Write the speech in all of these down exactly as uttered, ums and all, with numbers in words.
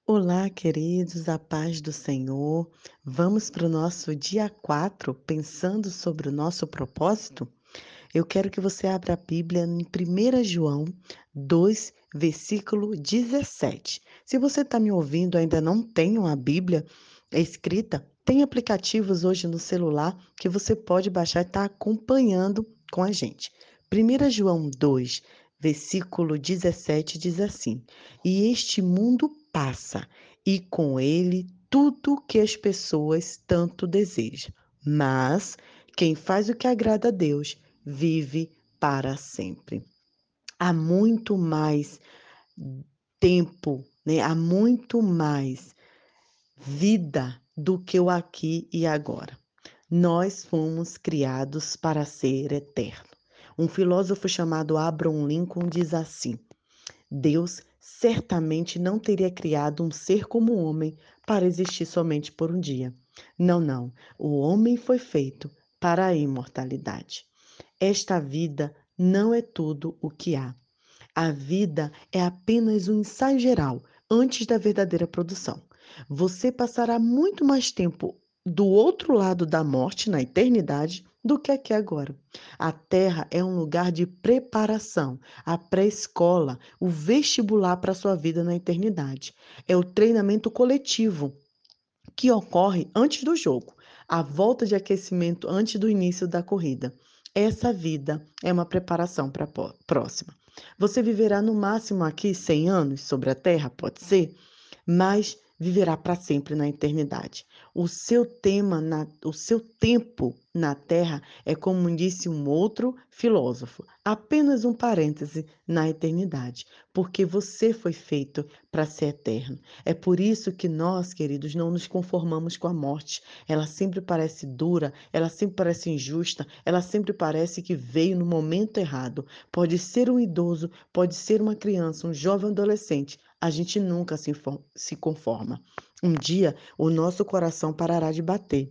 Olá, queridos, a paz do Senhor. Vamos para o nosso dia quatro, pensando sobre o nosso propósito? Eu quero que você abra a Bíblia em primeira João dois, versículo dezessete. Se você está me ouvindo e ainda não tem uma Bíblia escrita, tem aplicativos hoje no celular que você pode baixar e estar acompanhando com a gente. primeira João dois, versículo dezessete diz assim: E este mundo passa, e com ele tudo que as pessoas tanto desejam. Mas quem faz o que agrada a Deus vive para sempre. Há muito mais tempo, né? Há muito mais vida do que o aqui e agora. Nós fomos criados para ser eterno. Um filósofo chamado Abraham Lincoln diz assim: Deus certamente não teria criado um ser como o homem para existir somente por um dia. Não, não. O homem foi feito para a imortalidade. Esta vida não é tudo o que há. A vida é apenas um ensaio geral antes da verdadeira produção. Você passará muito mais tempo do outro lado da morte, na eternidade, do que aqui agora. A Terra é um lugar de preparação, a pré-escola, o vestibular para a sua vida na eternidade. É o treinamento coletivo que ocorre antes do jogo, a volta de aquecimento antes do início da corrida. Essa vida é uma preparação para a próxima. Você viverá no máximo aqui cem anos sobre a Terra, pode ser, mas viverá para sempre na eternidade. O seu tema, na, o seu tempo na Terra é, como disse um outro filósofo, apenas um parêntese na eternidade, porque você foi feito para ser eterno. É por isso que nós, queridos, não nos conformamos com a morte. Ela sempre parece dura, ela sempre parece injusta, ela sempre parece que veio no momento errado. Pode ser um idoso, pode ser uma criança, um jovem adolescente. A gente nunca se, se conforma. Um dia, o nosso coração parará de bater.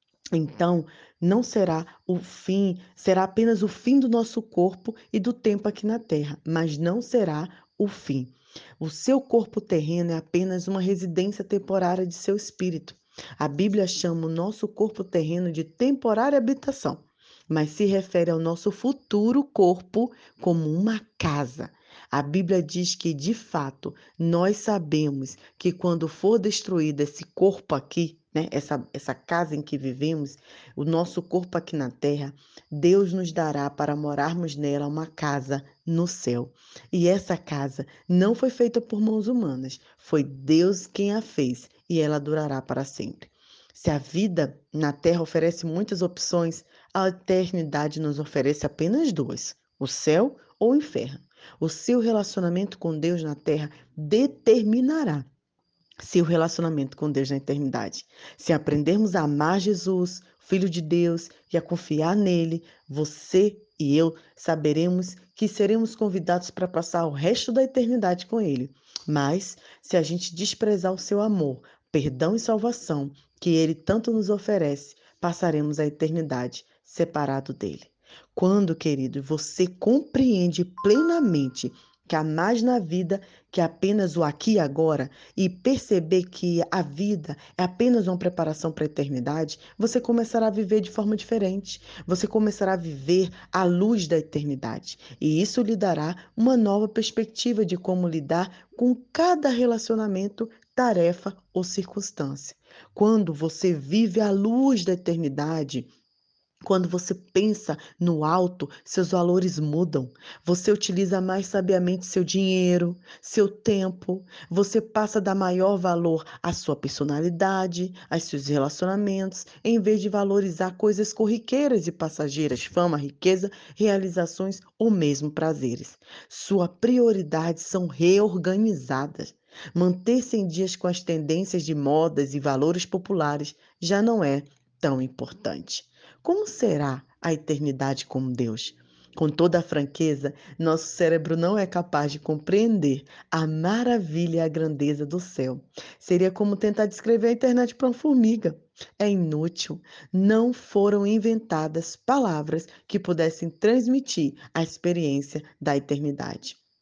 Então, não será o fim, será apenas o fim do nosso corpo e do tempo aqui na Terra, mas não será o fim. O seu corpo terreno é apenas uma residência temporária de seu espírito. A Bíblia chama o nosso corpo terreno de temporária habitação, mas se refere ao nosso futuro corpo como uma casa. A Bíblia diz que, de fato, nós sabemos que quando for destruído esse corpo aqui, né, essa, essa casa em que vivemos, o nosso corpo aqui na terra, Deus nos dará para morarmos nela uma casa no céu. E essa casa não foi feita por mãos humanas, foi Deus quem a fez e ela durará para sempre. Se a vida na terra oferece muitas opções, a eternidade nos oferece apenas duas: o céu ou o inferno. O seu relacionamento com Deus na terra determinará seu relacionamento com Deus na eternidade. Se aprendermos a amar Jesus, Filho de Deus, e a confiar nele, você e eu saberemos que seremos convidados para passar o resto da eternidade com ele. Mas, se a gente desprezar o seu amor, perdão e salvação que ele tanto nos oferece, passaremos a eternidade separado dele. Quando, querido, você compreende plenamente que há mais na vida que apenas o aqui e agora, e perceber que a vida é apenas uma preparação para a eternidade, você começará a viver de forma diferente. Você começará a viver à luz da eternidade. E isso lhe dará uma nova perspectiva de como lidar com cada relacionamento, tarefa ou circunstância. Quando você vive à luz da eternidade, quando você pensa no alto, seus valores mudam. Você utiliza mais sabiamente seu dinheiro, seu tempo. Você passa a dar maior valor à sua personalidade, aos seus relacionamentos, em vez de valorizar coisas corriqueiras e passageiras, fama, riqueza, realizações ou mesmo prazeres. Suas prioridades são reorganizadas. Manter-se em dias com as tendências de modas e valores populares já não é tão importante. Como será a eternidade com Deus? Com toda a franqueza, nosso cérebro não é capaz de compreender a maravilha e a grandeza do céu. Seria como tentar descrever a internet para uma formiga. É inútil. Não foram inventadas palavras que pudessem transmitir a experiência da eternidade.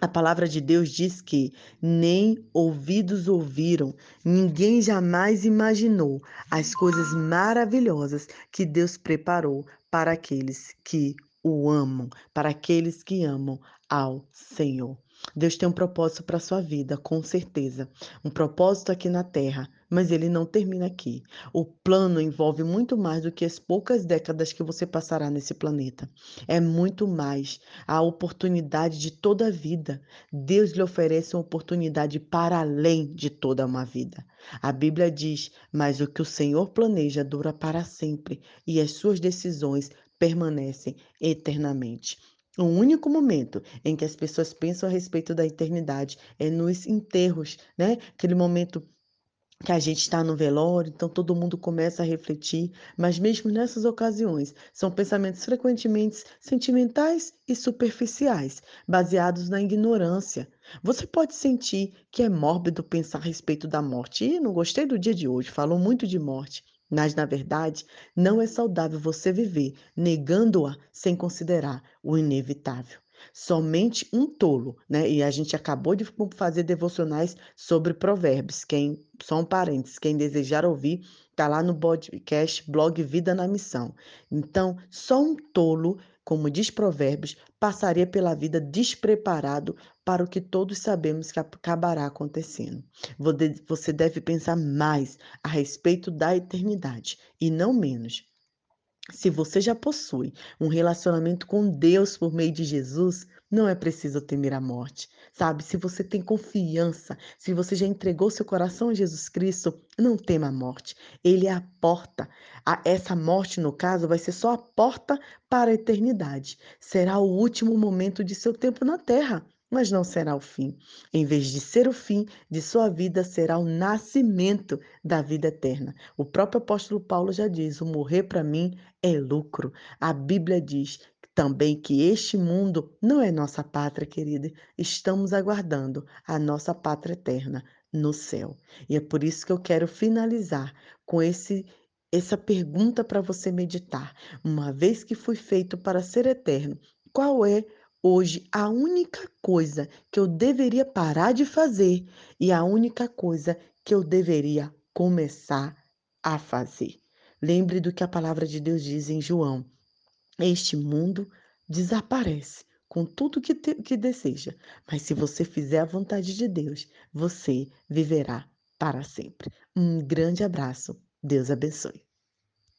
A palavra de Deus diz que nem ouvidos ouviram, ninguém jamais imaginou as coisas maravilhosas que Deus preparou para aqueles que o amam, para aqueles que amam ao Senhor. Deus tem um propósito para a sua vida, com certeza. Um propósito aqui na terra, mas ele não termina aqui. O plano envolve muito mais do que as poucas décadas que você passará nesse planeta. É muito mais a oportunidade de toda a vida. Deus lhe oferece uma oportunidade para além de toda uma vida. A Bíblia diz: mas o que o Senhor planeja dura para sempre, e as suas decisões permanecem eternamente. O único momento em que as pessoas pensam a respeito da eternidade é nos enterros, né? Aquele momento que a gente está no velório, então todo mundo começa a refletir, mas mesmo nessas ocasiões, são pensamentos frequentemente sentimentais e superficiais, baseados na ignorância. Você pode sentir que é mórbido pensar a respeito da morte. E não gostei do dia de hoje, falou muito de morte. Mas, na verdade, não é saudável você viver negando-a sem considerar o inevitável. Somente um tolo, né? E a gente acabou de fazer devocionais sobre provérbios. Quem, só um parênteses, quem desejar ouvir, tá lá no podcast Blog Vida na Missão. Então, só um tolo, como diz Provérbios, passaria pela vida despreparado para o que todos sabemos que acabará acontecendo. Você deve pensar mais a respeito da eternidade e não menos. Se você já possui um relacionamento com Deus por meio de Jesus, não é preciso temer a morte, sabe? Se você tem confiança, se você já entregou seu coração a Jesus Cristo, não tema a morte. Ele é a porta. A- essa morte, no caso, vai ser só a porta para a eternidade. Será o último momento de seu tempo na terra, mas não será o fim. Em vez de ser o fim de sua vida, será o nascimento da vida eterna. O próprio apóstolo Paulo já diz: o morrer para mim é lucro. A Bíblia diz também que este mundo não é nossa pátria, querida. Estamos aguardando a nossa pátria eterna no céu. E é por isso que eu quero finalizar com esse essa pergunta para você meditar. Uma vez que fui feito para ser eterno, qual é hoje a única coisa que eu deveria parar de fazer e a única coisa que eu deveria começar a fazer? Lembre do que a palavra de Deus diz em João: este mundo desaparece com tudo que, te, que deseja, mas se você fizer a vontade de Deus, você viverá para sempre. Um grande abraço. Deus abençoe.